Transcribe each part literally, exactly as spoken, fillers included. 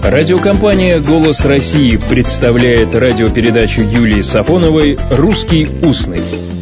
Радиокомпания «Голос России» представляет радиопередачу Юлии Сафоновой «Русский устный».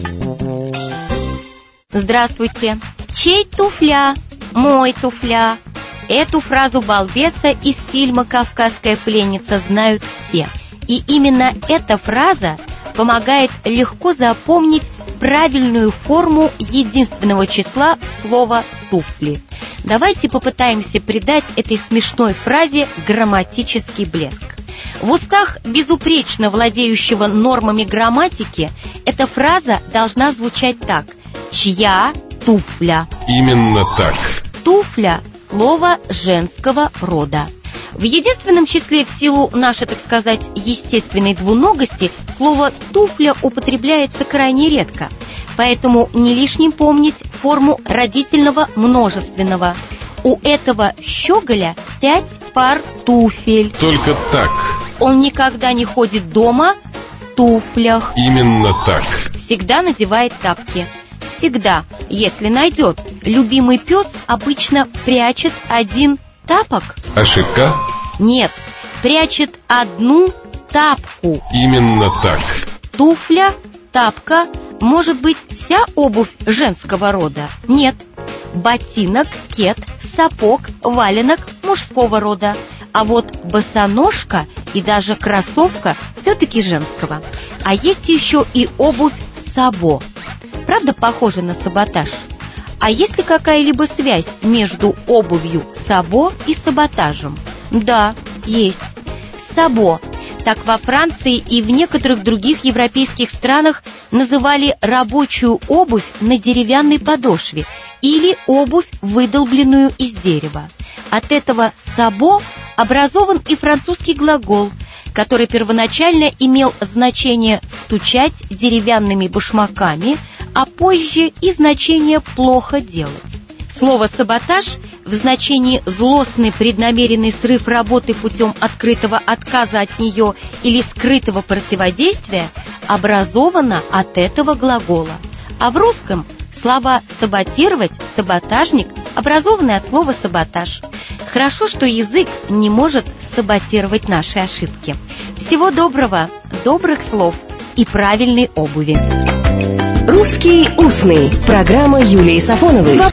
Здравствуйте. Чей туфля? Мой туфля. Эту фразу балбеса из фильма «Кавказская пленница» знают все. И именно эта фраза помогает легко запомнить правильную форму единственного числа слова «туфли». Давайте попытаемся придать этой смешной фразе грамматический блеск. В устах безупречно владеющего нормами грамматики эта фраза должна звучать так: «Чья туфля?» Именно так. Туфля – слово женского рода. В единственном числе в силу нашей, так сказать, естественной двуногости слово «туфля» употребляется крайне редко. Поэтому не лишним помнить форму родительного множественного. У этого щеголя пять пар туфель. Только так. Он никогда не ходит дома в туфлях. Именно так. Всегда надевает тапки. Всегда, если найдет. Любимый пес обычно прячет один тапок. Ошибка? Нет, прячет одну тапку. Именно так. Туфля, тапка, может быть вся обувь женского рода? Нет. Ботинок, кет, сапог, валенок мужского рода. А вот босоножка и даже кроссовка все-таки женского. А есть еще и обувь сабо. Правда, похоже на саботаж? А есть ли какая-либо связь между обувью сабо и саботажем? Да, есть. Сабо. Так во Франции и в некоторых других европейских странах называли рабочую обувь на деревянной подошве или обувь, выдолбленную из дерева. От этого сабо образован и французский глагол, который первоначально имел значение «стучать деревянными башмаками», а позже и значение «плохо делать». Слово «саботаж» в значении «злостный преднамеренный срыв работы путем открытого отказа от нее или скрытого противодействия» образовано от этого глагола. А в русском слова «саботировать», «саботажник» образованы от слова «саботаж». Хорошо, что язык не может саботировать наши ошибки. Всего доброго, добрых слов и правильной обуви. «Русский устный». Программа Юлии Сафоновой.